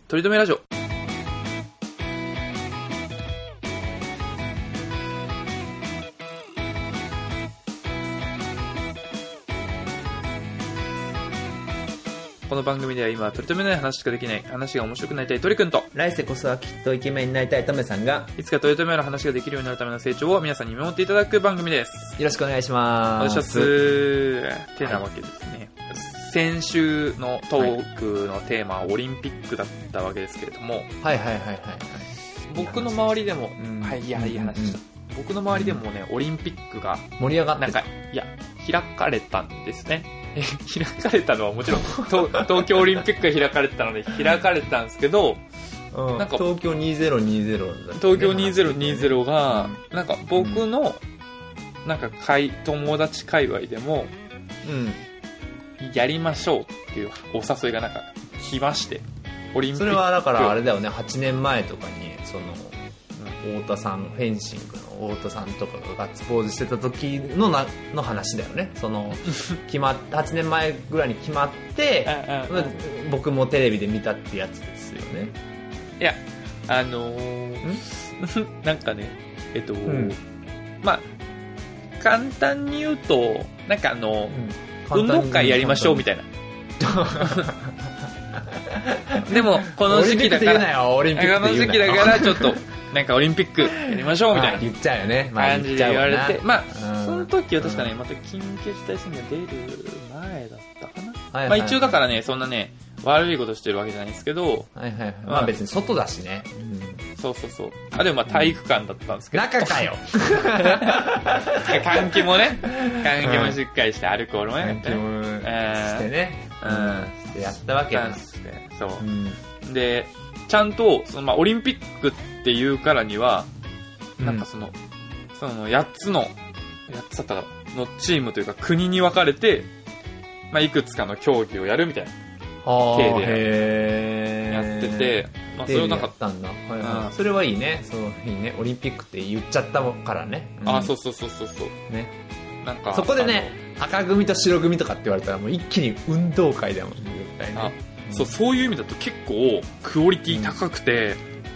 とりとめラジオ。この番組では今取り留めない話しかできない、話が面白くなりたい鳥くんと、 来世こそはきっとイケメンになりたいトメさんが、 いつか取り留めの話ができるようになるための成長を皆さんに見守っていただく番組です。 よろしくお願いします。 お願いします。てなわけですね、先週のトークのテーマはオリンピックだったわけですけれども、僕の周りでも、いい話した。僕の周りでもね、オリンピックが盛り上がって開かれたんですね。開かれたのはもちろん東京オリンピックが開かれたので開かれたんですけど、 なんか東京2020だったね、 東京2020が、なんか僕のなんか友達界隈でも、やりましょうっていうお誘いがなんか来まして、オリンピック。それはだからあれだよね、8年前とかにその太田さん、フェンシングの太田さんとかがガッツポーズしてた時の話だよね。その8年前ぐらいに決まって僕もテレビで見たってやつですよね。 いやなんかねまあ簡単に言うとなんか運動会やりましょうみたいな。でもこの時期だからこの時期だからちょっとなんかオリンピックやりましょうみたいな言っちゃうよね、 感じで言われて、まあその時は確かね、また緊急事態宣言出る前だったかな。まあ一応だからね、そんなね悪いことしてるわけじゃないんですけど、 まあ別に外だしね。 そう。でもまあ体育館だったんですけど。 中かよ。 換気もしっかりして、アルコールもね。 換気もしてね。してやったわけなんですね。 そう。で、ちゃんとまあオリンピックっていうからには、なんかその8つだったかのチームというか国に分かれて、まあいくつかの競技をやるみたいな体でやってて、まあそれをなんかやったんだ。それはいいね。その日ね、オリンピックって言っちゃったからね。 そう。 ね。 なんかそこでね、赤組と白組とかって言われたらもう一気に運動会だもんね、絶対ね。 そういう意味だと結構クオリティ高くて、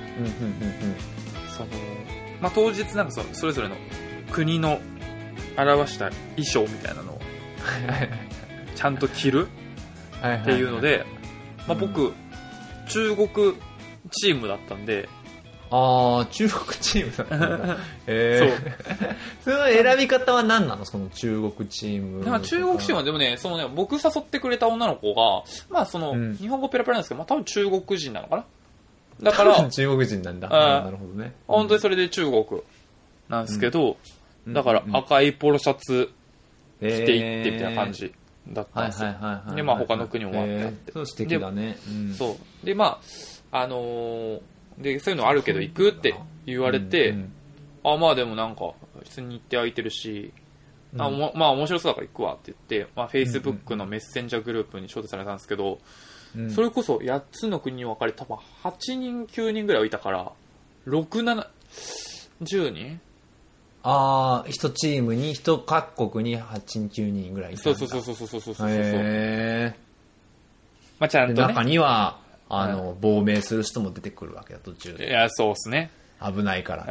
まあ当日なんかそれぞれの国の表した衣装みたいなのをちゃんと着るっていうので、まあ僕中国チームだったんで、 中国チームだったんだ。その選び方は何なの、その中国チーム。 中国チームはでもね、僕誘ってくれた女の子が、まあ日本語ペラペラなんですけど、まあ多分中国人なのかな。だから中国人なんだ。なるほどね。 本当にそれで中国なんですけど、だから赤いポロシャツ着ていってみたいな感じだったんですよ。でまあ他の国もあって、 素敵だね。 そうでまあでそういうのあるけど行くって言われて、まあでもなんか普通に行って空いてるし、まあ面白そうだから行くわって言って、まあ Facebook のメッセンジャーグループに招待されたんですけど、それこそ8つの国に分かれて多分8人9人ぐらいいたから6、7、10人 1チームに1各国に8人9人ぐらいいたんだ。 そうまあちゃんとね、 中には亡命する人も出てくるわけだ、途中で。 いやそうですね、 危ないから、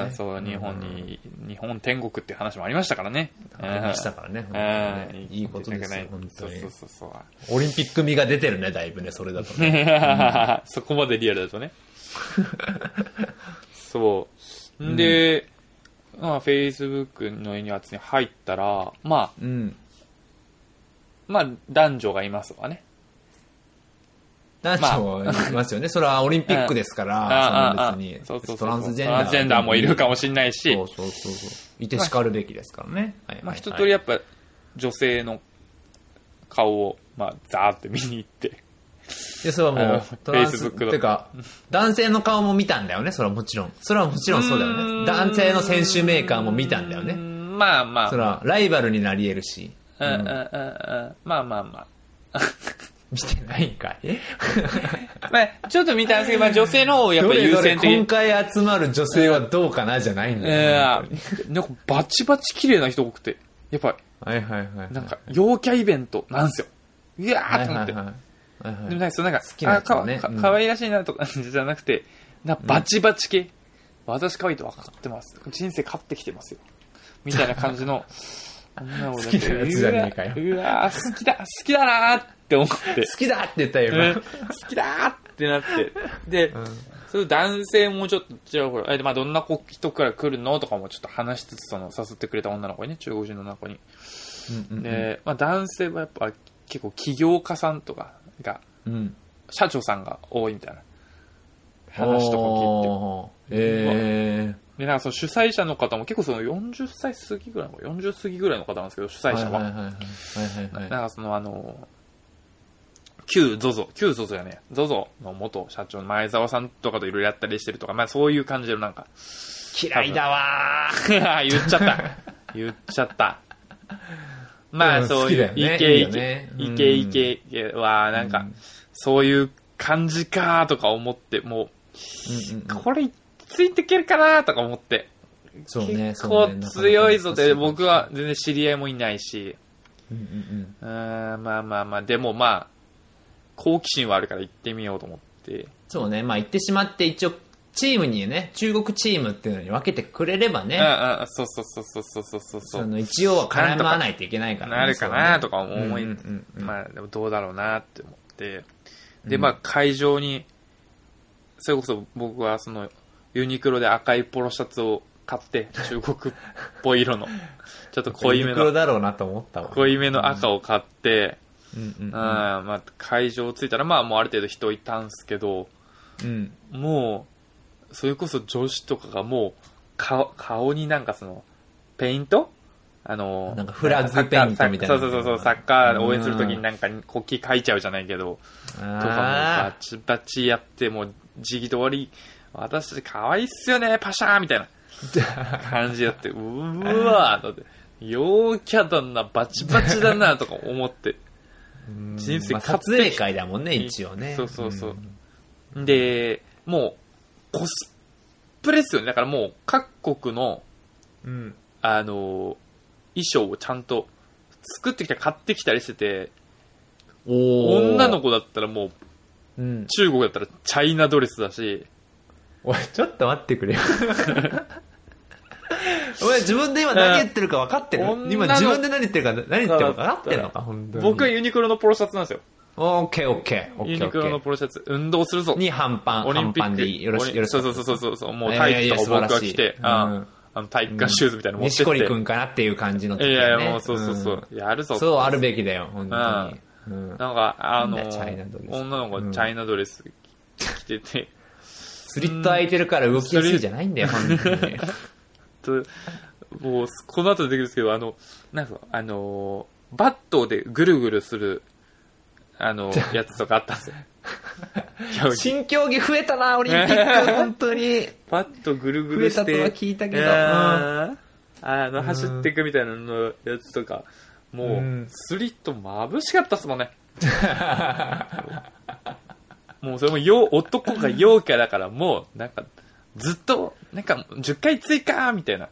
そう日本天国っていう話もありましたからね。 ありましたからね。いいことですよ、本当に。 そうオリンピック味が出てるね、だいぶね、それだとね。 そこまでリアルだとね。そうで、まあ Facebook のやつに入ったら、まあ男女がいますわね。 男女はいますよね。それはオリンピックですから、別にトランスジェンダーもいるかもしれないし、 いてしかるべきですからね。 まあ一通りやっぱ女性の顔をまあザーって見に行って、 それはもうトランスっていうか男性の顔も見たんだよね。それはもちろんそうだよね。男性の選手メーカーも見たんだよね。 まあそれはライバルになり得るし、 まあ見てないんかい。 まあちょっと見たんですけど、まあ女性の方をやっぱ優先的に。 今回集まる女性はどうかなじゃないんだよ。 なんかバチバチ綺麗な人多くて、やっぱりなんか陽キャイベントなんですよ。いやーと思って。 はいはい、 でもなんか好きなやつをね、 かわいらしいなとかじゃなくて、バチバチ系、私可愛いと分かってます。人生勝ってきてますよ。みたいな感じの、 好きなやつじゃねえかよ。 うわ好きだなーって思って。 好きだって言ったよ、今。 好きだーってなって。で、その男性もちょっと、じゃあほら、まあどんな人から来るのとかもちょっと話しつつ、誘ってくれた女の子にね、中国人の女の子に。で、まあ男性はやっぱ結構起業家さんとかが、社長さんが多いみたいな話とか聞いて。で、なんかその主催者の方も結構その40歳過ぎぐらいの、40過ぎぐらいの方なんですけど、主催者は。なんかその旧 ZOZO じゃねえ、ZOZO の元社長の前澤さんとかといろいろやったりしてるとか、まあそういう感じのなんか。 嫌いだわー。 言っちゃった。まあそういうイケはなんか、そういう感じかーとか思って、もう、これついていけるかなとか思って。 そうね、 結構強いぞで、僕は全然知り合いもいないし。まあ、でもまあ、好奇心はあるから行ってみようと思って。 そうね、まあ行ってしまって一応、チームにね、中国チームっていうのに分けてくれればね。 そう。 一応は絡まないといけないからね。なるかなとか思い、まあでもどうだろうなって思って。で、まあ会場に、それこそ僕はその、ユニクロで赤いポロシャツを買って、中国っぽい色の、ちょっと濃いめの、 ユニクロだろうなと思ったわ。 濃いめの赤を買って、まあ会場着いたら、まあもうある程度人いたんすけど、もう、それこそ女子とかがもう、顔になんかその、ペイントなんかフラッグペイントみたいな。 そう、サッカー応援するときになんか国旗書いちゃうじゃないけど、とかもバチバチやって、もう、時期通り、私たち可愛いっすよね、パシャーみたいな感じやって、うわーだって、陽キャだな、バチバチだな、とか思って。 人生撮影会だもんね、一応ね。 そう。で、もう、コスプレっすよね。だからもう、各国の、衣装をちゃんと作ってきたり買ってきたりしてて、女の子だったらもう、中国だったらチャイナドレスだし、 おい、ちょっと待ってくれよ。お前自分で今何言ってるか分かってる？今自分で何言ってるか分かってるのか本当に。 僕はユニクロのポロシャツなんですよ。 オッケー。 ユニクロのポロシャツ。運動するぞ。 に半パン。 オリンピックでよろしく。 そう。もうタイツとか僕が着て、体育館シューズみたいなの持ってって。 西堀くんかなっていう感じの。 いや、もうそう。やるぞ。 そうあるべきだよ、本当に。 なんか、女の子チャイナドレス着てて。 スリット空いてるから動きやすいじゃないんだよ、本当に。 もう、この後出てくるんですけど、なんか、バットでぐるぐるする、やつとかあったんですよ。 新競技増えたな、オリンピック、本当に。 バットぐるぐるして。 増えたとは聞いたけど。 走っていくみたいなのやつとか、もう、スリット眩しかったっすもんね。もうそれも男が陽キャだからもうなんかずっとなんか10回追加みたいな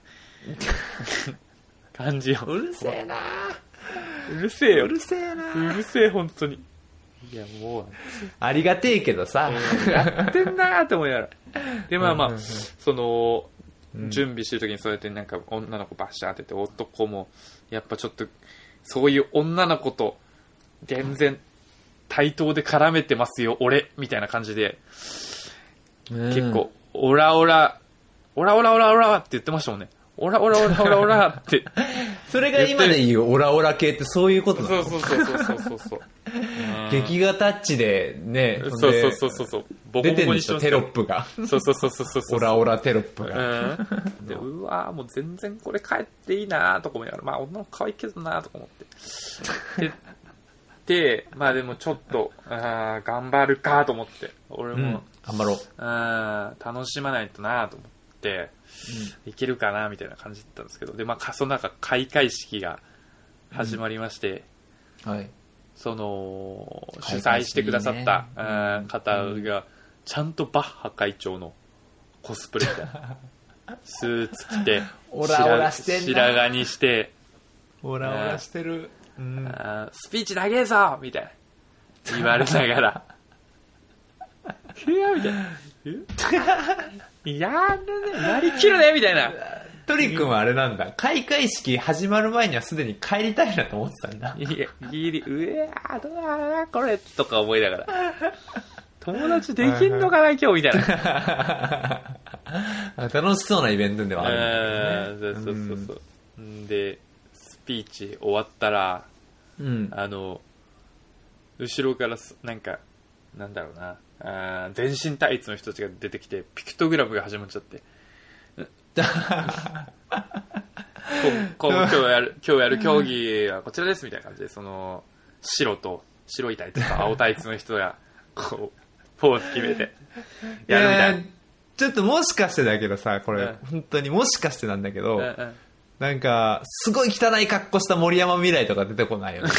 感じよ。 うるせえなうるせえよ。 うるせえなうるせえ本当に。いやもうありがてえけどさ、 やってんなーって思いながら。でまあその準備してる時にそうやってなんか女の子バッシャーってて男もやっぱちょっとそういう女の子と全然対等で絡めてますよ俺みたいな感じで、結構オラって言ってましたもんね。オラってそれが今で言うオラオラ系ってそういうことなの？ そう劇画タッチでね、 そう出てんでしょテロップが。 そうオラオラテロップが。 でうわもう全然これ帰っていいなとか思いながら、まあ女の子可愛いけどなとか思ってでまあでもちょっと頑張るかと思って俺も、 頑張ろう楽しまないとなと思って、いけるかなみたいな感じだったんですけど、でまあその中開会式が始まりまして、 はいその主催してくださった、方がちゃんとバッハ会長のコスプレみたいなスーツ着てオラオラしてんな、 白髪にしてオラオラしてる、 スピーチ長えぞみたいな言われながら。いやみたいな。やりきるねみたいな。 トリ君はあれなんだ。開会式始まる前にはすでに帰りたいなと思ってたんだ。 いや、うわー、どうだな、これ、とか思いながら。友達できんのかな、今日、みたいな。 楽しそうなイベントではあるんだよね。 そう。で、スピーチ終わったら、後ろから、なんか、なんだろうな、全身タイツの人たちが出てきて、ピクトグラムが始まっちゃって。今日やる競技はこちらですみたいな感じで、その白いタイツか青タイツの人がこうポーズ決めてやるみたいな。 ちょっともしかしてだけどさ、これ、本当にもしかしてなんだけど、なんかすごい汚い格好した森山未來とか出てこないよね。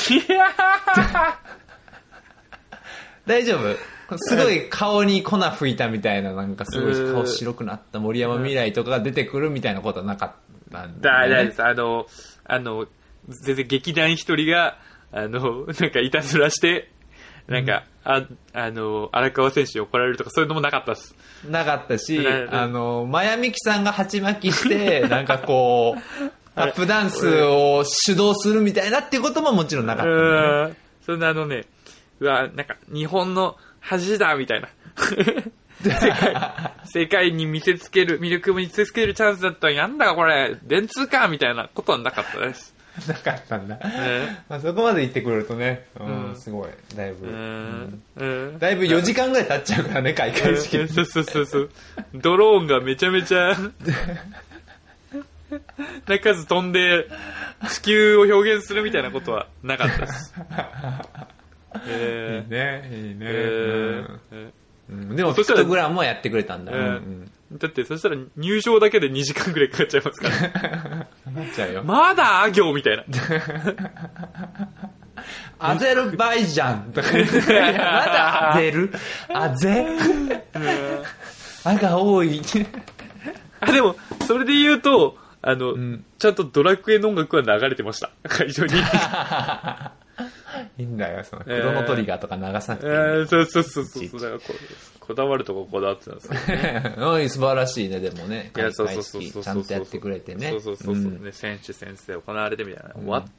大丈夫？すごい顔に粉吹いたみたいな、なんかすごい顔白くなった森山未来とかが出てくるみたいなことはなかったんだ、ね。 大丈夫です。全然劇団一人が、なんかいたずらして、なんか、荒川選手に怒られるとかそういうのもなかったです。 なかったし、マヤミキさんが鉢巻きして、なんかこう、タップダンスを主導するみたいなっていうことももちろんなかった、ね。 そんななんか日本の恥だみたいな世界に魅力を見せつけるチャンスだったのに、なんだかこれ電通かみたいなことはなかったです。 なかったんだ、まあ、そこまで言ってくれるとね、すごいだいぶ、だいぶ4時間ぐらい経っちゃうからね、開会式。 そうドローンがめちゃめちゃな数飛んで地球を表現するみたいなことはなかったです。 いいね、でもピクトグラムもやってくれたんだ、 だってそしたら入場だけで2時間ぐらいかかっちゃいますから。 なっちゃうよ。 まだあ行みたいな。 アゼルバイジャンとかまだアゼあが多い。 でもそれで言うとちゃんとドラクエの音楽は流れてました、会場に。 いいんだよ、そのクロノトリガーとか流さなくていい、 そうだからこだわるとここだわってたんですけどね。 素晴らしいね、でもね、開会式ちゃんとやってくれてね。 ね、選手宣誓行われてみたいな終わって、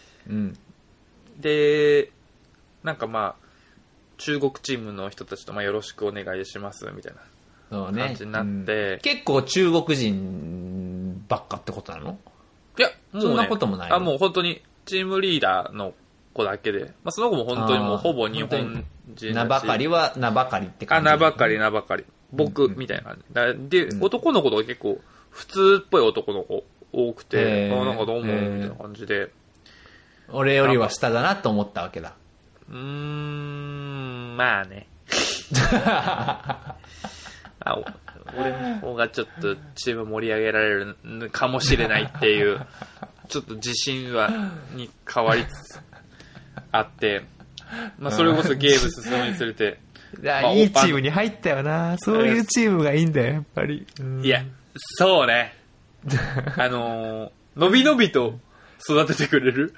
でなんかまあ中国チームの人たちとよろしくお願いしますみたいな感じになって、 結構中国人ばっかってことなの？ いや、もうね、 そんなこともない。 もう本当にチームリーダーの子だけで、その子も本当にもうほぼ日本人名ばかりは名ばかりって感じ、 名ばかり僕みたいな感じで、男の子とか結構普通っぽい男の子多くて、なんかどうもみたいな感じで、 俺よりは下だなと思ったわけだ。 まあね。俺の方がちょっとチーム盛り上げられるかもしれないっていうちょっと自信に変わりつつあって、それこそゲーム進むにつれて、 いいチームに入ったよな。そういうチームがいいんだよ、やっぱり。 いや、そうね。のびのびと育ててくれる。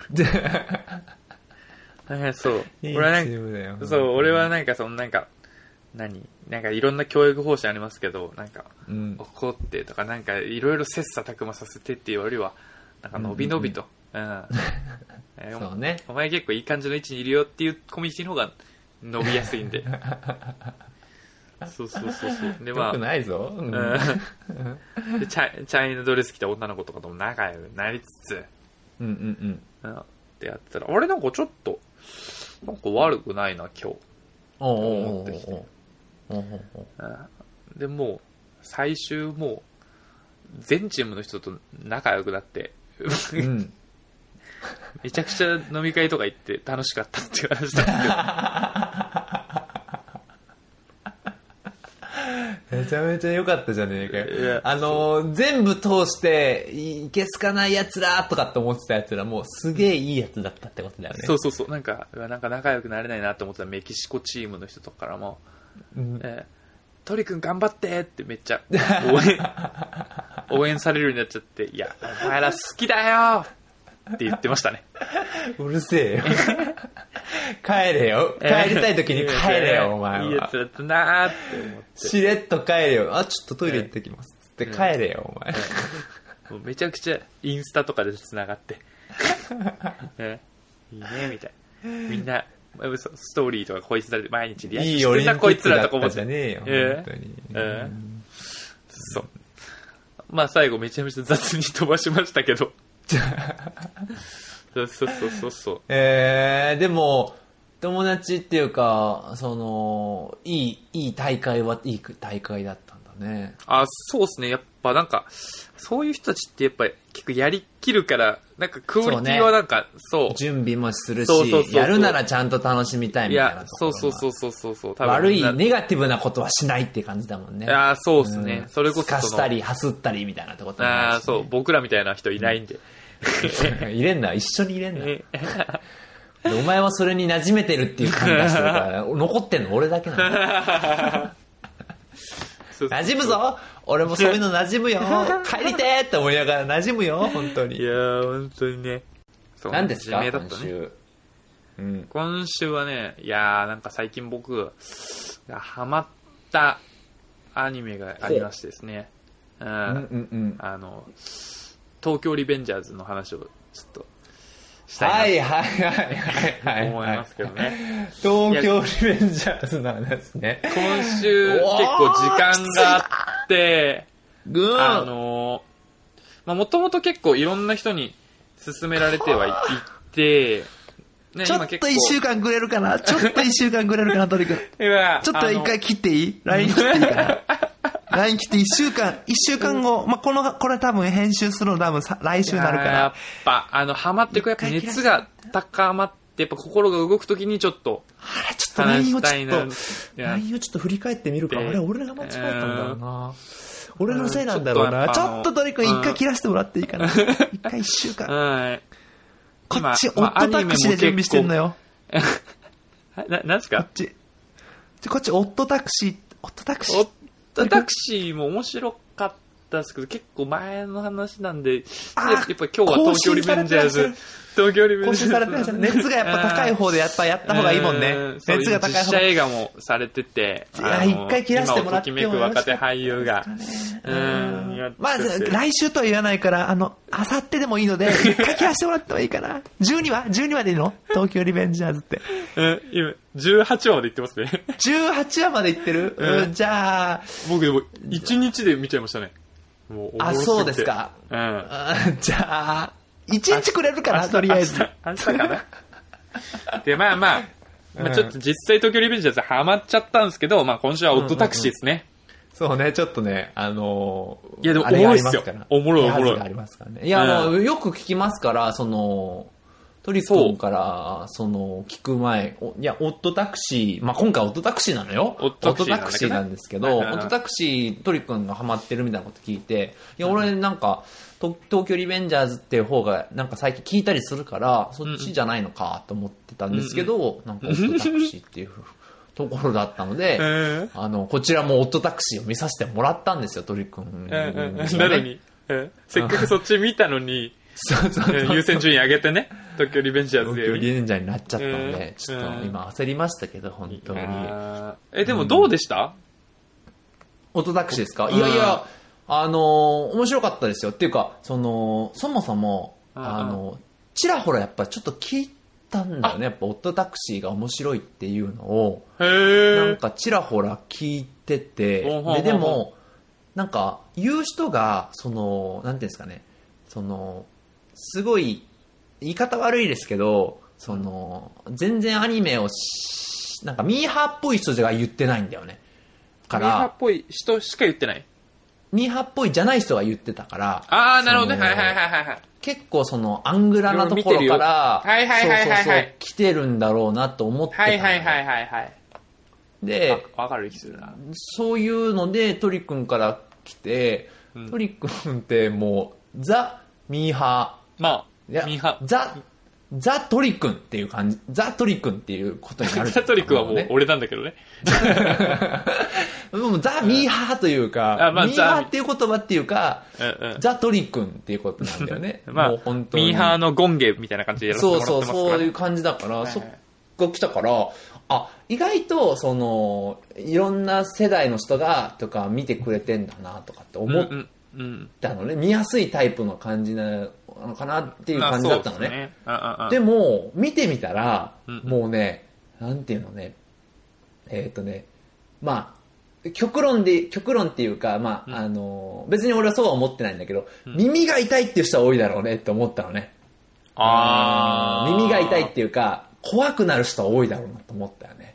そう。俺はなんかなんかいろんな教育方針ありますけど、なんか、怒ってとか、なんかいろいろ切磋琢磨させてっていうよりは、なんかのびのびと。 そうね。 お前結構いい感じの位置にいるよっていうコミュニティの方が伸びやすいんで。そう。でよくないぞ。 でチャイナドレス着た女の子とかとも仲良くなりつつ、ってやってたら、あれなんかちょっと、なんか悪くないな今日。思ってきて。でもう最終もう全チームの人と仲良くなって、めちゃくちゃ飲み会とか行って楽しかったっていう話なんですけど。めちゃめちゃ良かったじゃねえかよ。全部通していけすかないやつらとかって思ってたやつらもうすげえいいやつだったってことだよね。 そうなんか仲良くなれないなって思ってたメキシコチームの人とかからも、トリ君頑張ってってめっちゃ応援されるようになっちゃって、いやお前ら好きだよって言ってましたね。 うるせえよ。 帰れよ。帰りたい時に帰れよ、お前は。 いいやつだったなーって思って。 しれっと帰れよ。あ、ちょっとトイレ行ってきます。って帰れよ、お前。 もうめちゃくちゃインスタとかで繋がって。いいね、みたいな。みんな、ストーリーとかこいつらで毎日リアクションしてんだ、こいつらとか思って。 じゃねえよ、本当に。 そう。まあ最後めちゃめちゃ雑に飛ばしましたけど。そう。 でも、友達っていうか、いい大会はいい大会だったんだね。 あ、そうですね。やっぱなんか、そういう人たちってやっぱり結構やりきるから、なんかクオリティはなんか、そう。 準備もするし、やるならちゃんと楽しみたいみたいなところ。 そう。 悪い、ネガティブなことはしないって感じだもんね。 あ、そうですね。それこそ。 かしたり、はすったりみたいなところもあるし、ね。 そう。僕らみたいな人いないんで。 入れんな、一緒に入れんな。お前はそれに馴染めてるっていう感じがしてるから、残ってんの俺だけなんだ。馴染むぞ俺もそういうの馴染むよ帰りてーって思いながら馴染むよ本当に。 いやー、本当にね。 何ですか、 今週。今週はね、いやー、なんか最近僕がハマったアニメがありましてですね。東京リベンジャーズの話をちょっとしたいなと思いますけどね。 東京リベンジャーズの話ね。 今週結構時間があって、もともと結構いろんな人に勧められてはいて、 ね、ちょっと一週間くれるかなちょっと一週間くれるかなトリ君。ちょっと一回切っていい ?LINE 切っていいかなLINE 来て一週間後、これ多分編集するの多分来週になるから。 やっぱ、ハマってやっぱ熱が高まって、やっぱ心が動くときにちょっと、 ちょっと LINE をちょっと振り返ってみるか。俺が間違えたんだろうな。俺のせいなんだろうな。ちょっとトリ君一回切らせてもらっていいかな。一回一週間。こっち、オットタクシーで準備してんのよ。 なんすかこっち、オットタクシー。 オットタクシーも面白かったですけど、結構前の話なんで、やっぱ今日は東京リベンジャーズ。東京リベンジャーズ。更新されてないじゃん。熱がやっぱ高い方でやった方がいいもんね。熱が高い方。 実写映画もされてて、 一回切らせてもらっても今をときめく若手俳優が。 まず、来週とは言わないから、あさってでもいいので、一回切らせてもらってもいいかな。12話でいいの東京リベンジャーズって。 今、18話までいってますね。 18話までいってるじゃあ。 僕でも、1日で見ちゃいましたね。もうそうですか。じゃあ、1日くれるかなとりあえず。 明日かなで、まあ、ちょっと実際東京リベンジャーズハマっちゃったんですけど、今週はオットタクシーですね。 そうね、ちょっとね、 いやでもおもろいっすよ。おもろい。 ありますからね。いや、よく聞きますから、トリ君から、聞く前、オットタクシー、今回オットタクシーなのよ。オットタクシーなんですけど、オットタクシー、トリ君がハマってるみたいなこと聞いて、いや、俺なんか、東京リベンジャーズっていう方が、なんか最近聞いたりするから、そっちじゃないのかと思ってたんですけど、なんかオットタクシーっていうところだったので、こちらもオットタクシーを見させてもらったんですよ、トリ君に。 なのに、せっかくそっち見たのに、優先順位上げてね、東京リベンジャーズ東京リベンジャーになっちゃったので、ちょっと今焦りましたけど、本当に。 でもどうでした？ オットタクシーですか？いやいや、面白かったですよ。っていうか、そもそも、ちらほらやっぱちょっと聞いたんだよね。やっぱオットタクシーが面白いっていうのを、なんかちらほら聞いてて、でも、なんか言う人が、なんていうんですかね、すごい、言い方悪いですけど、全然アニメをなんかミーハーっぽい人が言ってないんだよね。 ミーハーっぽい人しか言ってない。 ミーハーっぽいじゃない人が言ってたから。 なるほどね。はい。 結構アングラなところから、来てるんだろうなと思ってた。はい。で、 わかる気するな。 そういうので、トリ君から来て、トリ君ってもう、ザ・ミーハー。ミーハー。ザ・トリ君っていう感じ。ザ・トリ君っていうことになる。 ザ・トリ君はもう俺なんだけどね。 もうザ・ミーハーというか、ミーハーっていう言葉っていうか、ザ・トリ君っていうことなんだよね。もう本当に。 ミーハーのゴンゲみたいな感じでやらせてもらってますから。 そういう感じだから、 が来たから、意外とそのいろんな世代の人がとか見てくれてんだなとかって思ったのね、見やすいタイプの感じなのかなっていう感じだったのね。でも見てみたら、もうね、なんていうのね、まあ極論っていうか、まあ別に俺はそうは思ってないんだけど、耳が痛いっていう人は多いだろうねって思ったのね。耳が痛いっていうか怖くなる人は多いだろうなと思ったよね。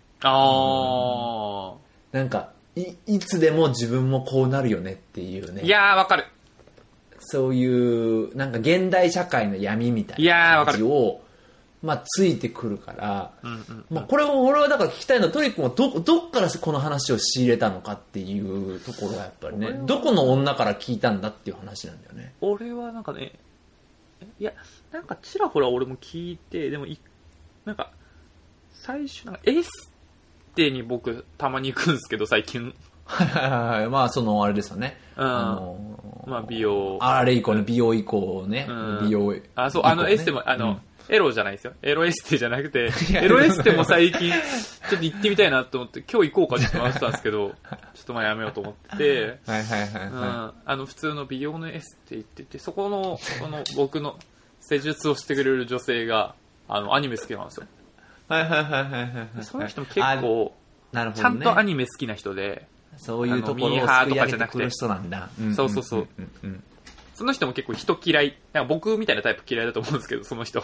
なんかいつでも自分もこうなるよねっていうね。 いやーわかる。 そういうなんか現代社会の闇みたいな感じをまあついてくるから、まあこれを俺はだから聞きたいのはトリックもどっからこの話を仕入れたのかっていうところはやっぱりね、どこの女から聞いたんだっていう話なんだよね。 俺はなんかね、いやなんかちらほら俺も聞いて、でもなんか最初なんかエステに僕たまに行くんですけど最近。 はい、まあそのあれですよね。 まあ美容。 あれ以降ね、美容以降ね。美容。 そうエステもエロじゃないですよ。エロエステじゃなくて、エロエステも最近ちょっと行ってみたいなと思って今日行こうかちょっと迷ってたんですけど、ちょっとまあやめようと思ってて、普通の美容のエステ行ってて、そこの僕の施術をしてくれる女性がアニメ好きなんですよ。その人も結構ちゃんとアニメ好きな人で、 そういうところを救い上げてくる人なんだ。 そうその人も結構人嫌い、なんか僕みたいなタイプ嫌いだと思うんですけど、その人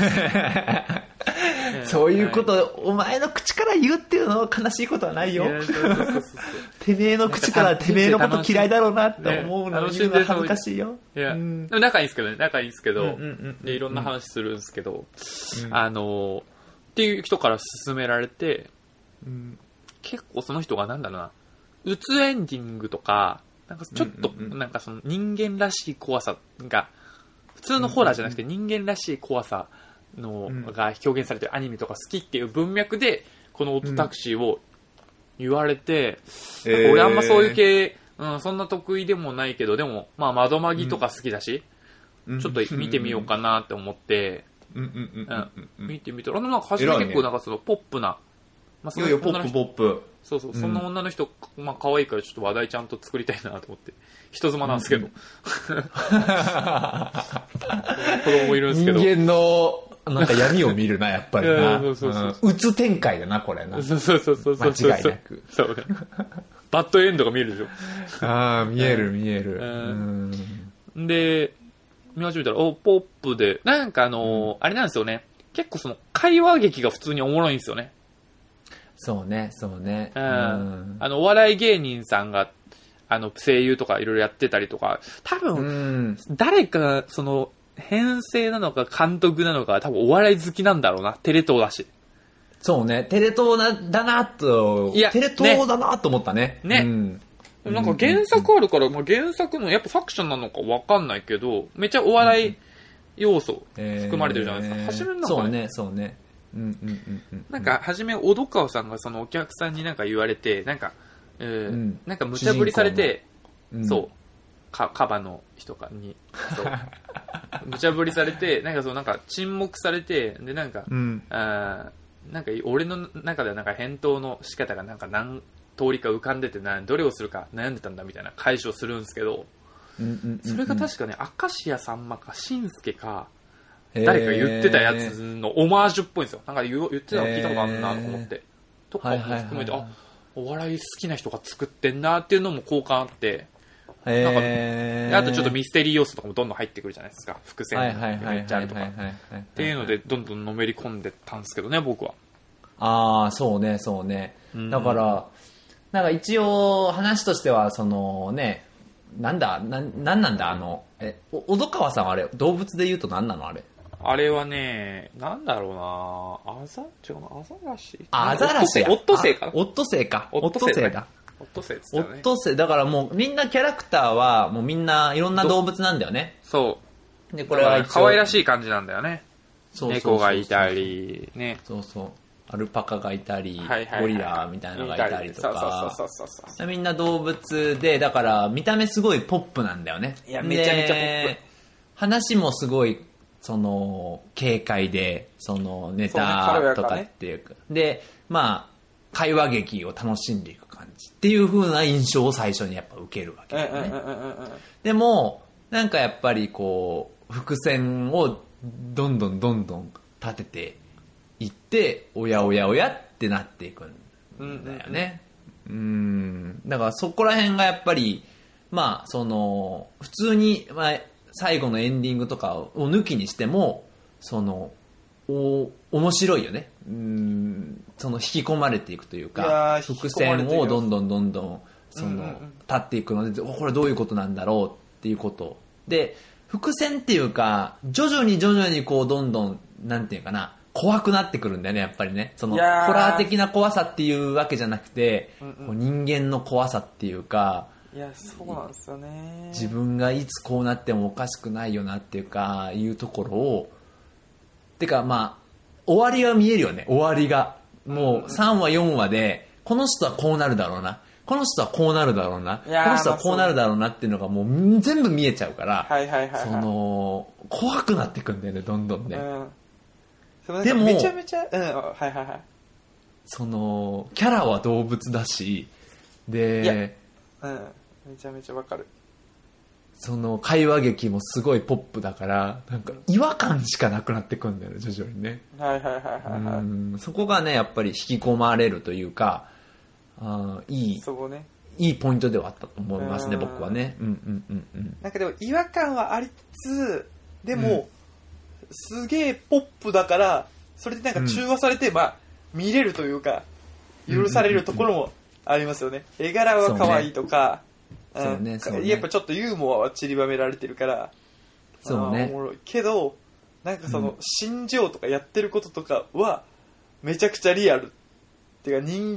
そういうこと、お前の口から言うっていうのは悲しいことはないよ。てめえの口からてめえのこと嫌いだろうなって思うの言うのは恥ずかしいよ。 いや、でも仲いいんですけど、でいろんな話するんですけど、っていう人から勧められて、結構その人がなんだろうな、うつエンディングとか、なんかちょっとなんかその人間らしい怖さが普通のホラーじゃなくて人間らしい怖さのが表現されてるアニメとか好きっていう文脈でこのオットタクシーを言われて、俺あんまそういう系、そんな得意でもないけど、でもまあ窓マギとか好きだし、ちょっと見てみようかなって思って見てみたら、なんか初め結構なんかそのポップな、 いやいやポップそうそんな女の人、まあ可愛いからちょっと話題ちゃんと作りたいなと思って人妻なんですけど、子供もいるんですけど、 人間のなんか闇を見るなやっぱりな。うつ展開だなこれな。 そう間違いなく。 そうバッドエンドが見えるでしょ。見える。 で見始めたらポップでなんかあれなんですよね。結構その会話劇が普通におもろいんですよね。 そうね。 お笑い芸人さんが声優とかいろいろやってたりとか、多分誰かその編成なのか監督なのか多分お笑い好きなんだろうな。テレ東だし。 そうね、テレ東だなと、テレ東だなと思ったね。 なんか原作あるから、まあ、原作のやっぱ作者なのかわかんないけど、めっちゃお笑い要素含まれてるじゃないですか。初めなんかね。 そうね。 なんか初め小戸川さんがそのお客さんになんか言われて、なんかなんか無茶ぶりされて、そうカバの人にそう無茶ぶりされて、なんかそうなんか沈黙されて、でなんかなんか俺の中ではなんか返答の仕方がなんか何通りか浮かんでて、どれをするか悩んでたんだみたいな解消するんですけど、それが確かね、明石家さんまかしんすけか誰か言ってたやつのオマージュっぽいんですよ。なんか言ってたの聞いたことあるなと思って、とかも含めて、お笑い好きな人が作ってんなっていうのも好感あって、なんかあとちょっとミステリー要素とかもどんどん入ってくるじゃないですか。伏線めっちゃあるとかっていうのでどんどんのめり込んでたんですけどね、僕は。 そうね。だからなんか一応話としてはそのね、なんなんだ小戸川さんはあれ動物で言うと何なのあれはね、なんだろうな、アザラシ。 アザラシや。 オットセイかな。 オットセイだ。 オットセイですね。 オットセイだからもうみんなキャラクターはもうみんないろんな動物なんだよね。 そう。 でこれは可愛らしい感じなんだよね。猫がいたりね。 アルパカがいたり、ゴリラみたいなのがいたりとか、みんな動物で、だから見た目すごいポップなんだよね。 いやめちゃめちゃポップ。 話もすごいその軽快でそのネタとかっていうか、でまあ会話劇を楽しんでいく感じっていう風な印象を最初にやっぱ受けるわけだよね。でもなんかやっぱりこう伏線をどんどん立てていっておやおやおやってなっていくんだよね。だからそこら辺がやっぱりまあその普通に、まあ、最後のエンディングとかを抜きにしてもその面白いよね。その引き込まれていくというか伏線をどんどんその立っていくのでこれどういうことなんだろうっていうことで伏線っていうか徐々にこうどんどんなんていうかな怖くなってくるんだよねやっぱりね。そのホラー的な怖さっていうわけじゃなくて、こう人間の怖さっていうか。 いやそうなんですよね。 自分がいつこうなってもおかしくないよなっていうかいうところをてかまあ終わりが見えるよね。終わりがもう3話4話でこの人はこうなるだろうなこの人はこうなるだろうなこの人はこうなるだろうなっていうのがもう全部見えちゃうからその怖くなってくんだよねどんどんね。 でもめちゃめちゃそのキャラは動物だしでめちゃめちゃわかる。 その会話劇もすごいポップだからなんか違和感しかなくなってくんだよね徐々にね。そこがねやっぱり引き込まれるというかいいポイントではあったと思いますね僕はね。 なんかでも違和感はありつつでも、すげえポップだからそれでなんか中和されて、まあ見れるというか許されるところもありますよね。絵柄は可愛いとかそうねやっぱちょっとユーモアは散りばめられてるからそうねおもろいけどなんかその心情とかやってることとかはめちゃくちゃリアルっていうか人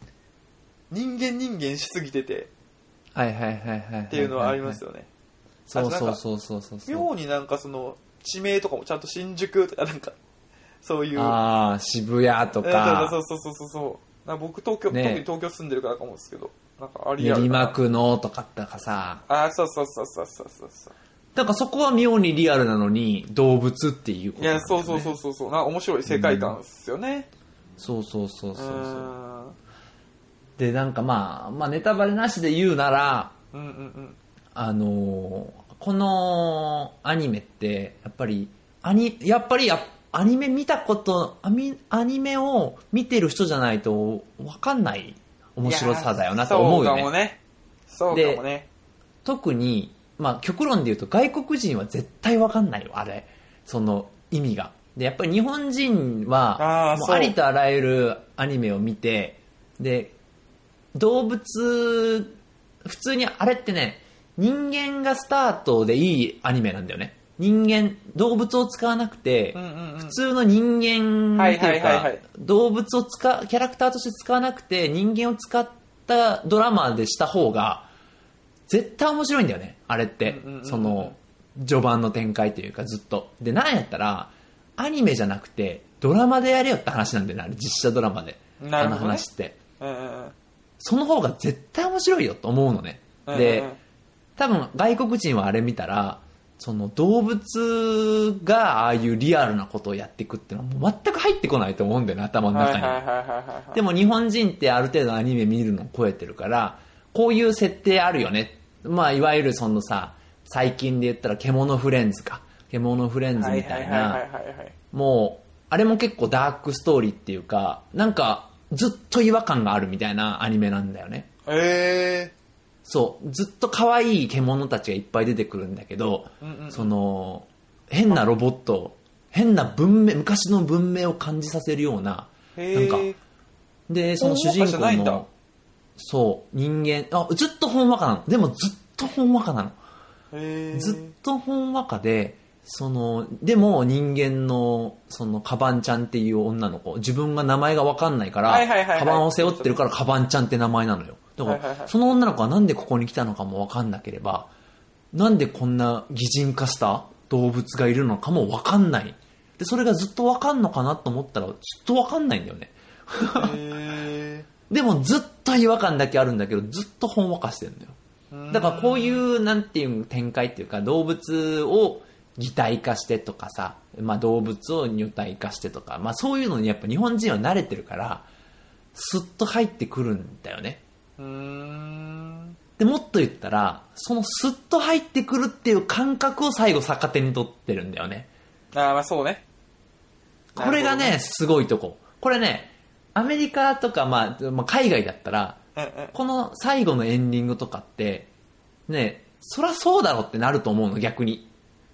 間しすぎててっていうのはありますよね。 そう妙になんかその地名とかもちゃんと新宿とかなんかそういう渋谷とかそうなんか僕特に東京住んでるからかもですけどなんかあり練馬区のとかさそうだからそこは妙にリアルなのに動物っていうことなんだよね。 いやそうなんか面白い世界観ですよね。 そうでなんかまあネタバレなしで言うならこのアニメってやっぱりアニメ見たことアニメを見てる人じゃないと分かんない面白さだよなと思うよね。 そうかもね。 特にまあ極論で言うと外国人は絶対分かんないよあれその意味が。でやっぱり日本人はもうありとあらゆるアニメを見てで動物普通にあれってね人間がスタートでいいアニメなんだよね。動物を使わなくて、普通の人間っていうか、動物をキャラクターとして使わなくて人間を使ったドラマでした方が絶対面白いんだよねあれって。その序盤の展開というかずっとでなんやったらアニメじゃなくてドラマでやれよって話なんだよねあれ実写ドラマで、あの話って、その方が絶対面白いよと思うのね。で多分外国人はあれ見たらその動物がああいうリアルなことをやっていくっていうのはもう全く入ってこないと思うんだよね頭の中に。でも日本人ってある程度アニメ見るのを超えてるからこういう設定あるよね。まあいわゆるそのさ最近で言ったら獣フレンズみたいなもうあれも結構ダークストーリーっていうかなんかずっと違和感があるみたいなアニメなんだよね。そうずっと可愛い獣たちがいっぱい出てくるんだけど、その変なロボット変な文明昔の文明を感じさせるようななんかでその主人公のそう人間ずっとほんわかなの。でもずっとほんわかなの。ずっとほんわかでそのでも人間のそのカバンちゃんっていう女の子自分が名前が分かんないからカバンを背負ってるからカバンちゃんって名前なのよ。だからその女の子はなんでここに来たのかも分かんなければなんでこんな擬人化した動物がいるのかも分かんない。でそれがずっと分かんのかなと思ったらずっと分かんないんだよね。でもずっと違和感だけあるんだけどずっとほんわかしてるんだよ。だからこういうなんていう展開っていうか動物を擬態化してとかさ、まあ、動物を女体化してとか、まあ、そういうのにやっぱ日本人は慣れてるからスッと入ってくるんだよね。でもっと言ったらそのスッと入ってくるっていう感覚を最後逆手に取ってるんだよね。 ああ、まあそうね。 これがねすごいとこ。これねアメリカとか、まあ、海外だったら、この最後のエンディングとかってね、そりゃそうだろってなると思うの、逆に。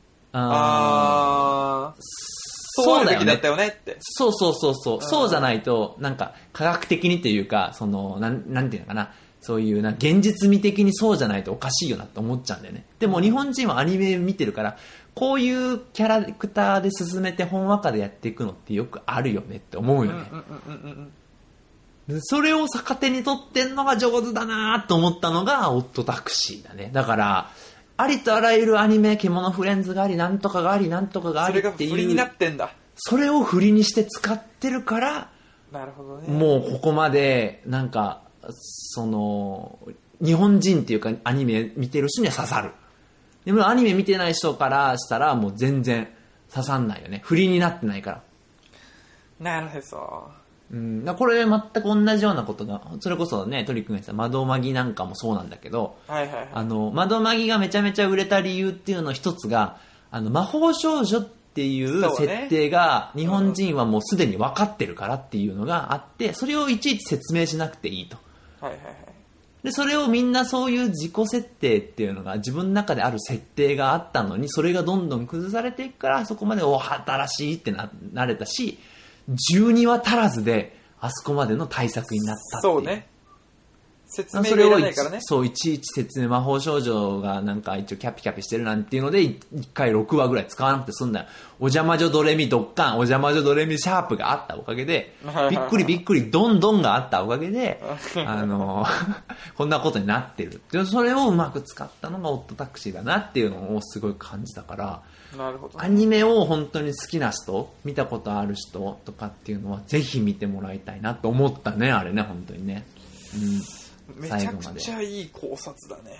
そうだよね。そうあるべきだったよねって。 そうそうそうそう。そうじゃないと、なんか科学的にというか、そのなんていうのかな、そういう現実味的にそうじゃないとおかしいよなって思っちゃうんだよね。でも日本人はアニメ見てるから、こういうキャラクターで進めて本話化でやっていくのってよくあるよねって思うよね。それを逆手に取ってんのが上手だなと思ったのがオットタクシーだね。だからありとあらゆるアニメ、獣フレンズがあり、なんとかがあり、なんとかがありっていう、 それが振りになってんだ。 それを振りにして使ってるから、 なるほどね。 もうここまでなんかその日本人っていうかアニメ見てる人には刺さる。でもアニメ見てない人からしたらもう全然刺さんないよね。振りになってないから。 なるほど。 これ全く同じようなことが、それこそね、トリックが言ってた窓マギなんかもそうなんだけど、窓マギがめちゃめちゃ売れた理由っていうの一つが、魔法少女っていう設定が日本人はもうすでに分かってるからっていうのがあって、それをいちいち説明しなくていいと。で、それをみんなそういう自己設定っていうのが自分の中である設定があったのに、それがどんどん崩されていくから、そこまで新しいってなれたし、12話足らずであそこまでの対策になったっていう。 そうね。説明がいらないからね。 そういちいち説明、魔法少女がなんか一応キャピキャピしてるなんていうので1回6話ぐらい使わなくて済んだよ。お邪魔女ドレミドッカン、お邪魔女ドレミシャープがあったおかげで、びっくりびっくりドンドンがあったおかげでこんなことになってる。でそれをうまく使ったのがオットタクシーだなっていうのをすごい感じたから、 なるほどね。 アニメを本当に好きな人、見たことある人とかっていうのはぜひ見てもらいたいなと思ったね、あれね、本当にね。 めちゃくちゃいい考察だね。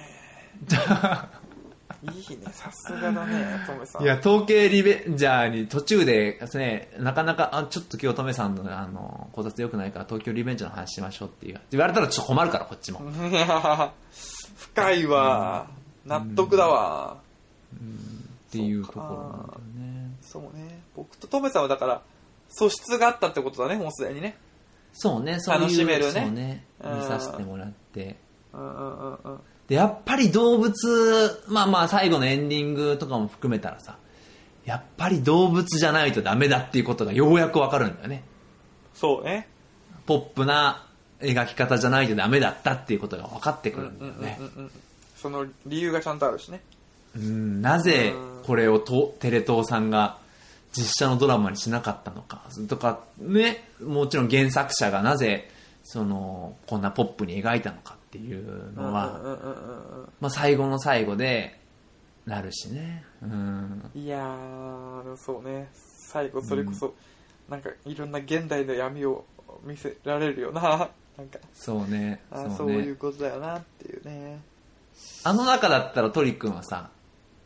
いいね、さすがだね、トメさん。 いや、統計リベンジャーに途中でですね、なかなかちょっと今日トメさんの考察良くないから東京リベンジャーの話しましょうって言われたらちょっと困るからこっちも。 深いわ、納得だわ。 っていうところなんだよね。 そうね。僕とトメさんはだから素質があったってことだね、もうすでにね。 そうね、そういう楽しめるね。 そうね、見させてもらって。で、やっぱり動物、まあ最後のエンディングとかも含めたらさ、やっぱり動物じゃないとダメだっていうことがようやくわかるんだよね。 そうね。 ポップな描き方じゃないとダメだったっていうことが分かってくるんだよね。 その理由がちゃんとあるしね。 なぜこれをテレ東さんが実写のドラマにしなかったのかとかね、もちろん原作者がなぜこんなポップに描いたのかっていうのは、最後の最後でなるしね。 いやー、そうね、最後それこそ、なんかいろんな現代の闇を見せられるよな。なんかそうね、 そういうことだよなっていうね。 あの中だったらトリ君はさ、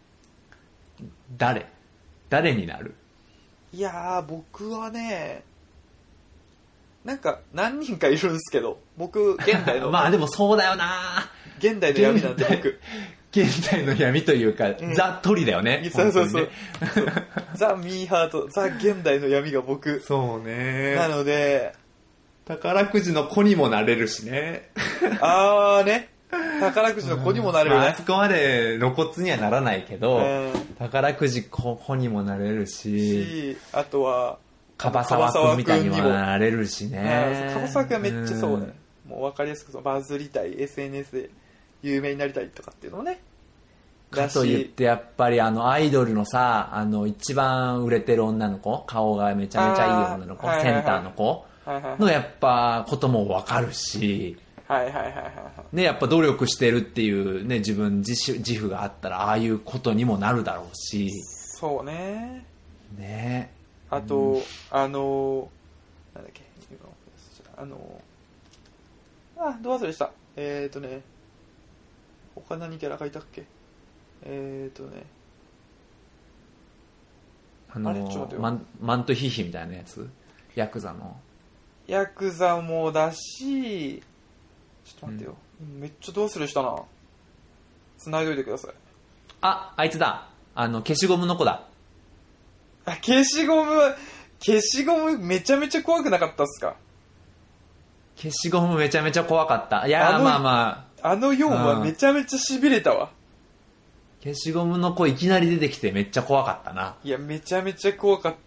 誰になる？ いやー、僕はね、なんか何人かいるんですけど、僕現代のまあでもそうだよな、 現代の闇なんで僕現代の闇というか、ザ・トリだよね。 そうザ・ミーハート、ザ・現代の闇が僕。 そうね。 なので宝くじの子にもなれるしね。 ね、宝くじの子にもなれるね。 あそこまで露骨にはならないけど、宝くじ子にもなれるし、 あとは樺沢くんみたいにもなれるしね。 樺沢くんはめっちゃそうね。もう分かりやすくバズりたい、 SNS で有名になりたいとかっていうのをね。 かと言ってやっぱりアイドルのさ、一番売れてる女の子、顔がめちゃめちゃいい女の子、センターの子のやっぱことも分かるし、ね、やっぱ努力してるっていうね、自負があったらああいうことにもなるだろうし。 そうね。 ね。 あと、なんだっけ、どう忘れした。他何キャラがいたっけ。 ちょっと待ってよ、マントヒヒみたいなやつ、ヤクザもだし、ちょっと待ってよ、めっちゃどうするしたな。繋いどいてください。 あいつだ、消しゴムの子だ。 消しゴムめちゃめちゃ怖くなかったっすか？ 消しゴムめちゃめちゃ怖かった。いやまあまあ4はめちゃめちゃ痺れたわ。 消しゴムの子いきなり出てきてめっちゃ怖かったな。 いやめちゃめちゃ怖かった。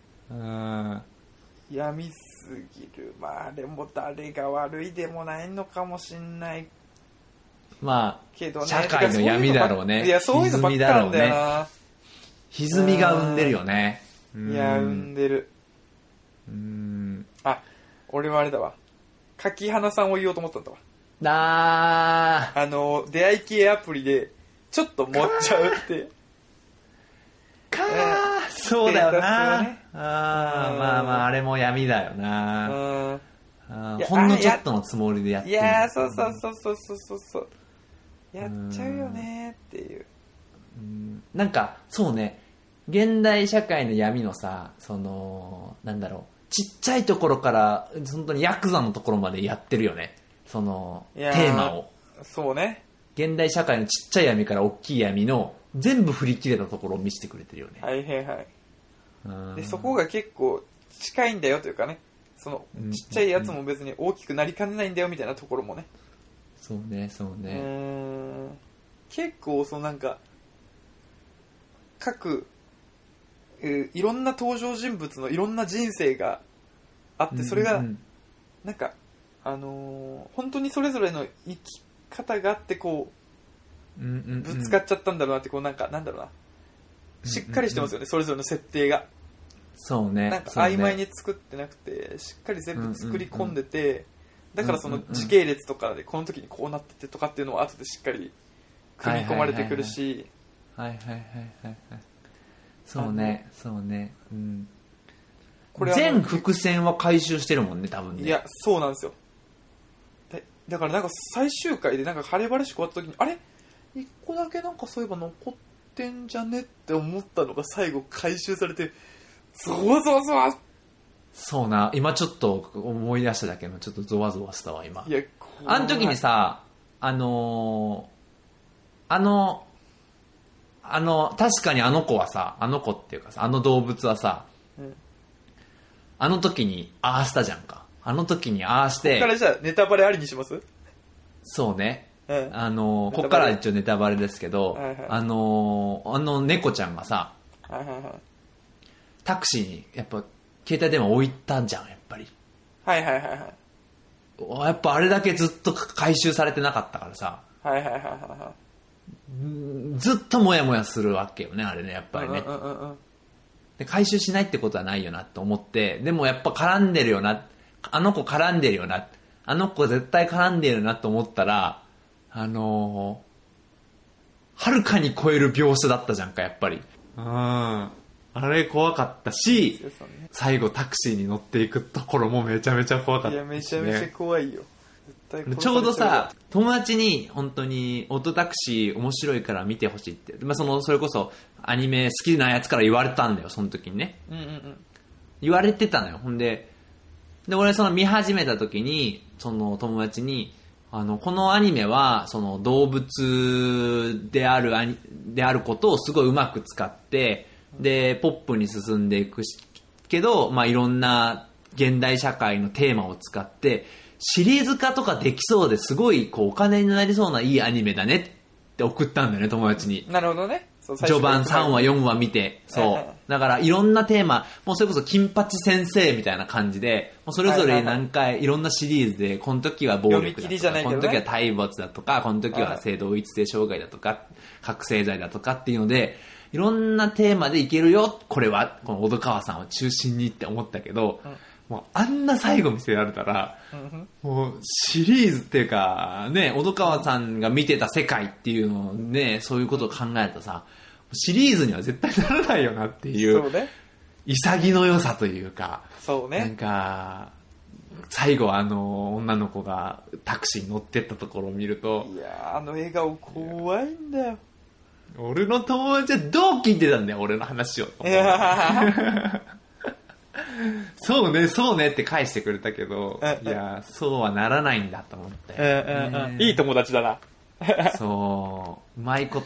闇すぎる。まあでも誰が悪いでもないのかもしんないまあけどね、 社会の闇だろうね。 いやそういうのばっかなんだよな。 歪みが生んでるよね。 いや生んでる。俺はあれだわ、柿花さんを言おうと思ったんだわ。出会い系アプリでちょっと持っちゃうってそうだよな、ね、まああれも闇だよな。ほんのちょっとのつもりでやってる。 いやそうやっちゃうよねっていう。 なんかそうね、現代社会の闇のさ、そのなんだろう、ちっちゃいところから本当にヤクザのところまでやってるよね、そのテーマを。 そうね、 現代社会のちっちゃい闇から大きい闇の全部振り切れたところを見せてくれてるよね。 でそこが結構近いんだよというかね、そのちっちゃいやつも別に大きくなりかねないんだよみたいなところもね。 そうね。 結構そのなんか各いろんな登場人物のいろんな人生があって、それがなんか本当にそれぞれの生き方があってこうぶつかっちゃったんだろうなって、こうなんかなんだろうな、しっかりしてますよね、それぞれの設定が。 そうね。 なんか曖昧に作ってなくてしっかり全部作り込んでて、だからその時系列とかでこの時にこうなっててとかっていうのは後でしっかり組み込まれてくるし。 そうね。これ全伏線は回収してるもんね、多分ね。 いやそうなんですよ。だからなんか最終回でなんか晴れ晴れしく終わった時にあれ一個だけなんかそういえば残ってんじゃねって思ったのが最後回収されてゾワゾワゾワ。 そうな、今ちょっと思い出しただけのちょっとゾワゾワしたわ今。 いやあの時にさ、確かにあの子はさ、あの子っていうかさ、あの動物はさ、あの時にああしたじゃんか。あの時にああして。 ここからじゃあネタバレありにします？ そうね。ここから一応ネタバレですけど、あの猫ちゃんがさ、タクシーにやっぱ携帯電話置いたんじゃん、やっぱり。やっぱあれだけずっと回収されてなかったからさ、ずっとモヤモヤするわけよね、あれね、やっぱりね。で回収しないってことはないよなと思って、でもやっぱ絡んでるよな、あの子絡んでるよな、あの子絶対絡んでるなと思ったら、はるかに超える描写だったじゃんか、やっぱり。あれ怖かったし、最後タクシーに乗っていくところもめちゃめちゃ怖かった、ね。 いやめちゃめちゃ怖いよ。 ちょうどさ、友達に本当にオートタクシー面白いから見てほしいって、それこそアニメ好きなやつから言われたんだよ、その時にね。言われてたのよ。ほんで俺その見始めた時にその友達にこのアニメはその動物であることをすごいうまく使ってでポップに進んでいくけど、いろんな現代社会のテーマを使ってシリーズ化とかできそうですごいこうお金になりそうないいアニメだねって送ったんだよね、友達に。 なるほどね。 序盤3話4話見て、だからいろんなテーマ、もうそれこそ金八先生みたいな感じで、もうそれぞれ何回いろんなシリーズで、この時は暴力だとか、この時は体没だとか、この時は性同一性障害だとか、覚醒剤だとかっていうので、いろんなテーマでいけるよ、これはこの小戸川さんを中心にって思ったけど、もうあんな最後見せられたら、もうシリーズっていうかね、小戸川さんが見てた世界っていうのをね、そういうことを考えるとさ、シリーズには絶対ならないよなっていう潔の良さというか、なんか最後女の子がタクシーに乗ってったところを見ると、 いや笑顔怖いんだよ。 俺の友達はどう聞いてたんだよ、俺の話を。そうね、そうねって返してくれたけど、いや、そうはならないんだと思って。 いい友達だな。 そう、うまいこと、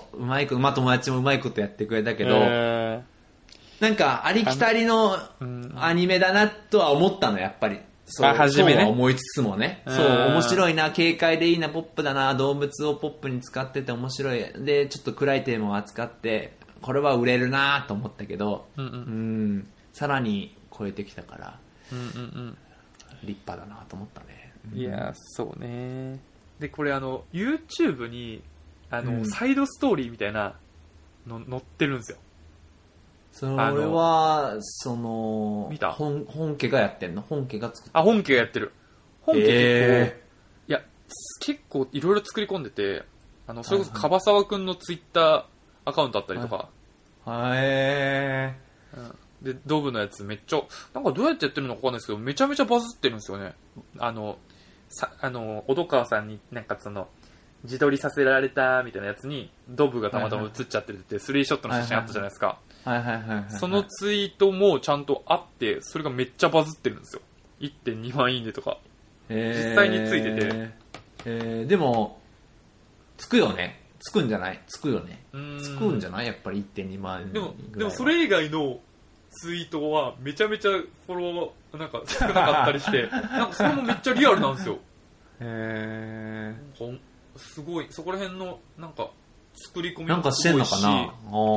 友達もうまいことやってくれたけど、なんかありきたりのアニメだなとは思ったの、やっぱり。そうは思いつつもね。そう、面白いな、軽快でいいな、ポップだな、動物をポップに使ってて面白い。で、ちょっと暗いテーマを扱って、これは売れるなと思ったけど、さらに超えてきたから、立派だなと思ったね。 いや、そうね。で、これYouTube に、サイドストーリーみたいなの載ってるんですよ。 それは、 見た？ 本家がやってんの？本家が作ってる？ 本家がやってる。本家結構いろいろ作り込んでて、それこそ樺沢くんのツイッターアカウントあったりとか。で、ドブのやつめっちゃ、なんかどうやってやってるのかわかんないですけど、めちゃめちゃバズってるんですよね。小戸川さんになんか自撮りさせられたみたいなやつに、ドブがたまたま写っちゃってて、スリーショットの写真あったじゃないですか。そのツイートもちゃんとあって、それがめっちゃバズってるんですよ。1.2 万いいねとか。実際についてて。でも、つくよね。つくんじゃないつくよね。つくんじゃないやっぱり 1.2 万でもそれ以外のツイートはめちゃめちゃフォロワーなんか少なかったりして、なんかそれもめっちゃリアルなんですよ。すごい、そこら辺のなんか作り込みなんかしてんのかな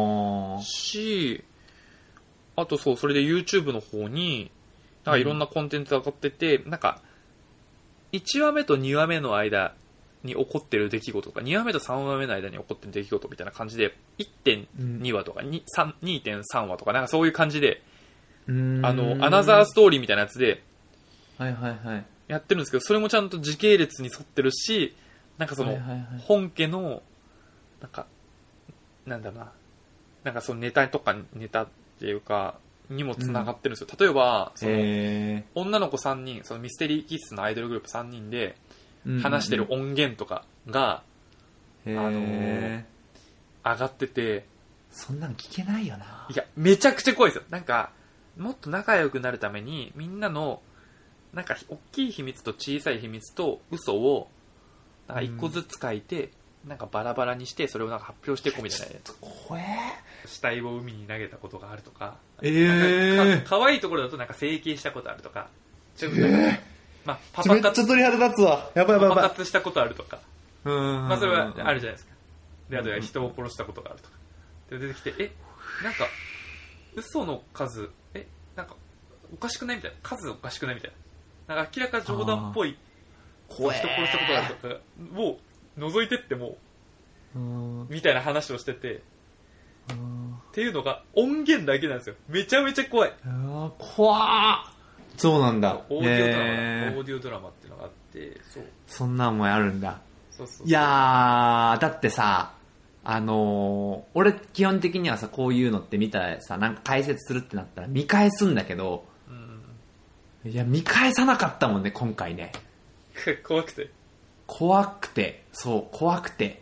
あとそう、それで YouTube の方に、なんかいろんなコンテンツ上がってて、なんか、1話目と2話目の間に起こってる出来事とか、2話目と3話目の間に起こってる出来事みたいな感じで、1.2 話とか 2.3 話とか、なんかそういう感じで、アナザーストーリーみたいなやつで、やってるんですけど、それもちゃんと時系列に沿ってるし、なんか本家の、なんか、なんだろうな、なんかそのネタっていうか、にも繋がってるんですよ。例えば、女の子3人、そのミステリーキッスのアイドルグループ3人で、話してる音源とかが、上がってて、 そんなの聞けないよな。 いや、めちゃくちゃ怖いですよ。なんか、もっと仲良くなるために、みんなの、なんか、大きい秘密と小さい秘密と嘘を、なんか一個ずつ書いて、なんかバラバラにして、それをなんか発表していこうみたいな。 怖え。 死体を海に投げたことがあるとか。 かわいいところだとなんか整形したことあるとか。まあ、パめっちゃ鳥肌立つわ。やばい。 パパ活したことあるとか。まあ、それはあるじゃないですか。で、あとは人を殺したことがあるとか。で、出てきて、なんか、嘘の数、なんか、おかしくないみたいな。数おかしくないみたいな。なんか明らか冗談っぽい、人殺したことがあるとかを覗いてっても、みたいな話をしてて、っていうのが音源だけなんですよ。めちゃめちゃ怖い。 怖ー。そうなんだ。 オーディオドラマっていうのがあって、 そんなんもあるんだ。 そういやー、だってさ、俺基本的にはさ、こういうのって見たらさ、なんか解説するってなったら見返すんだけど、いや、見返さなかったもんね、今回ね。 怖くて。 そう、怖くて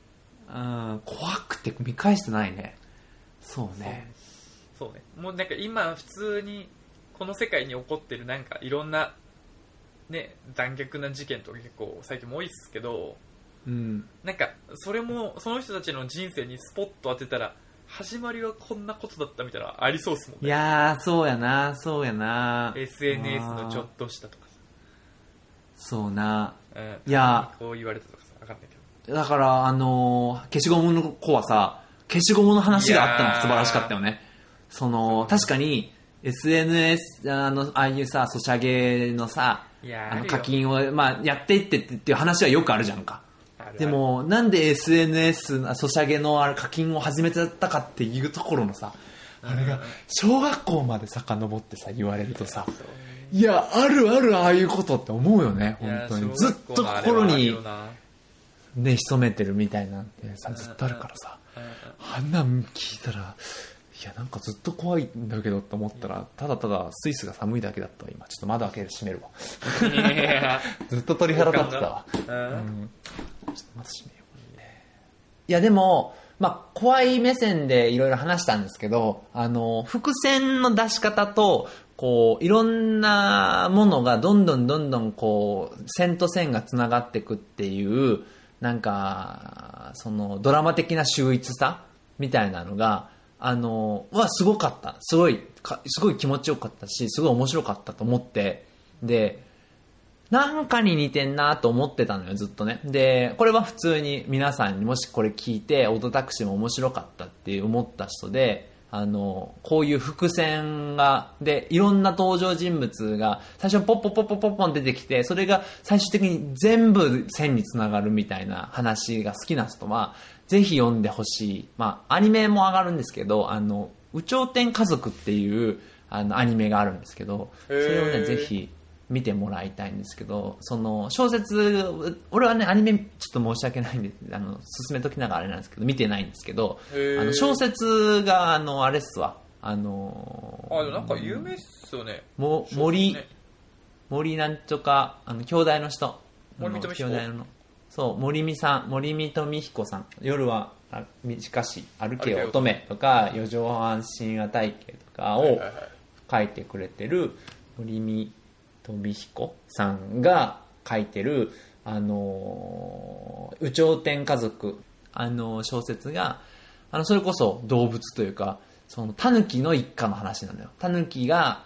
見返してないね。そうね。 そうね。もうなんか今普通にこの世界に起こってるなんかいろんなね、残虐な事件とか結構最近も多いですけど、なんかそれもその人たちの人生にスポット当てたら始まりはこんなことだったみたいなありそうですもんね。 いやー、そうやな。 SNS のちょっとしたとかさ。 そうな。いやこう言われたとかさ、わかんないけど。だから消しゴムの子はさ、消しゴムの話があったのが素晴らしかったよね。確かに SNS ああいうさ、ソシャゲのさ、課金をまあやっていってっていう話はよくあるじゃんか。でもなんで SNS ソシャゲの課金を始めちゃったかっていうところのさ、あれが小学校まで遡ってさ言われるとさ、いや、あるああいうことって思うよね、本当に。ずっと心にね、潜めてるみたいなんてさ、ずっとあるからさ、あんなん聞いたら、いや、なんかずっと怖いんだけどって思ったら、ただただスイスが寒いだけだったわ、今。ちょっと窓開けて閉めるわ。ずっと鳥肌立ってたわ。ちょっと窓閉めよう。いや、でも、 怖い目線でいろいろ話したんですけど、伏線の出し方と、こう、いろんなものがどんどんこう、線と線が繋がっていくっていう、なんか、その、ドラマ的な秀逸さみたいなのが、すごかった。すごい気持ちよかったし、すごい面白かったと思って、で、なんかに似てんなと思ってたのよ、ずっとね。で、これは普通に皆さんにもしこれ聞いて、オートタクシーも面白かったって思った人で、こういう伏線が、で、いろんな登場人物が最初ポッポン出てきて、それが最終的に全部線につながるみたいな話が好きな人は、ぜひ読んでほしい。アニメも上がるんですけど、有頂天家族っていう、アニメがあるんですけど、それをね、ぜひ見てもらいたいんですけど、その、小説、俺はね、アニメちょっと申し訳ないんで、進めときながらあれなんですけど、見てないんですけど、小説が、あれっすわ、 でもなんか有名っすよね。 森なんとか、兄弟の人。 森見とみ彦。 そう、森見とみ彦さん。夜は短し、歩けよ乙女とか、四畳半神話体系とかを書いてくれてる森見とみ彦さんが書いてる、有頂天家族、小説が、それこそ動物というか、その、狸の一家の話なのよ。狸が、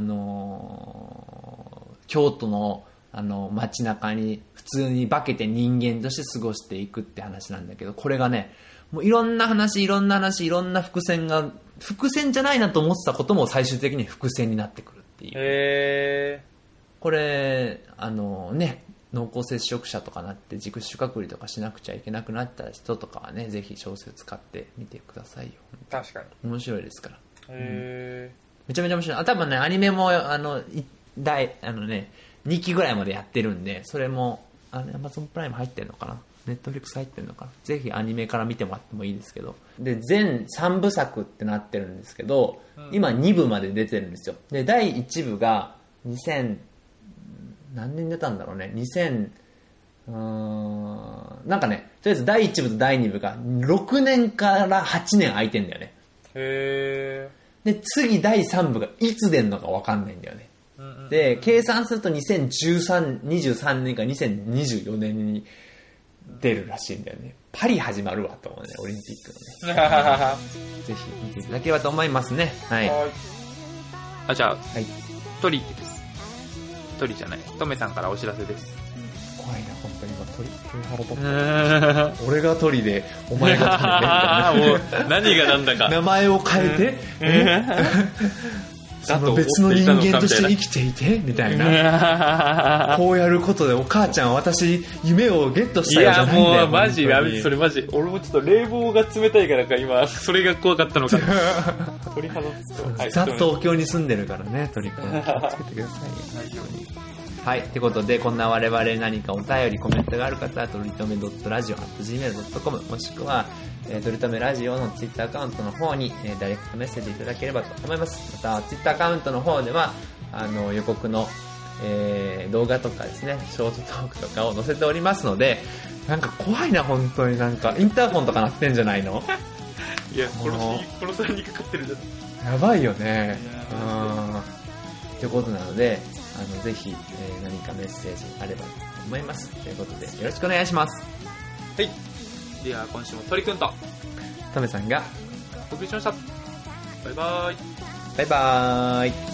京都の、街中に普通に化けて人間として過ごしていくって話なんだけど、これがね、もういろんな話、いろんな伏線じゃないなと思ってたことも最終的に伏線になってくるっていう。これ、濃厚接触者とかなって自主隔離とかしなくちゃいけなくなった人とかはね、ぜひ小説買ってみてくださいよ。 確かに。 面白いですから。めちゃめちゃ面白い。多分ね、アニメも、2期ぐらいまでやってるんで、それも、Amazon プライム入ってるのかな、Netflix 入ってるのかな、ぜひアニメから見てもらってもいいですけど。で、全3部作ってなってるんですけど、今2部まで出てるんですよ。で、第1部が何年出たんだろうね、なんかね、とりあえず第1部と第2部が6年から8年空いてんだよね。で、次第3部がいつ出んのか分かんないんだよね。で、計算すると23年か2024年に出るらしいんだよね。パリ始まるわと思うね、オリンピックのね。ぜひ見ていただければと思いますね。はい。 じゃあ、トリじゃない、トメさんからお知らせです。 怖いな、本当に今鳥ハロボット。俺が鳥で、お前が鳥で。 もう何がなんだか。 名前を変えて、その別の人間として生きていてみたいな。こうやることでお母ちゃん私夢をゲットしたよじゃないんだよ。 いやもうマジやめて、それマジ俺もちょっと冷房が冷たいからか今それが怖かったのか。鳥肌ザ・東京に住んでるからね、鳥くん気をつけてくださいよ。はい、ということでこんな我々何かお便りコメントがある方はとりとめ .radio@gmail.com もしくはとりとめラジオのツイッターアカウントの方にダイレクトメッセージいただければと思います。またツイッターアカウントの方では予告の、動画とかですね、ショートトークとかを載せておりますので、なんか怖いな本当に、なんかインターホンとか鳴ってんじゃないの？ いや殺されにかかってるじゃん。 やばいよね。ということなのでぜひ、何かメッセージあればと思います。ということでよろしくお願いします。 はい。では今週も鳥くんとトメさんがお送りしました。バイバーイ。 バイバーイ。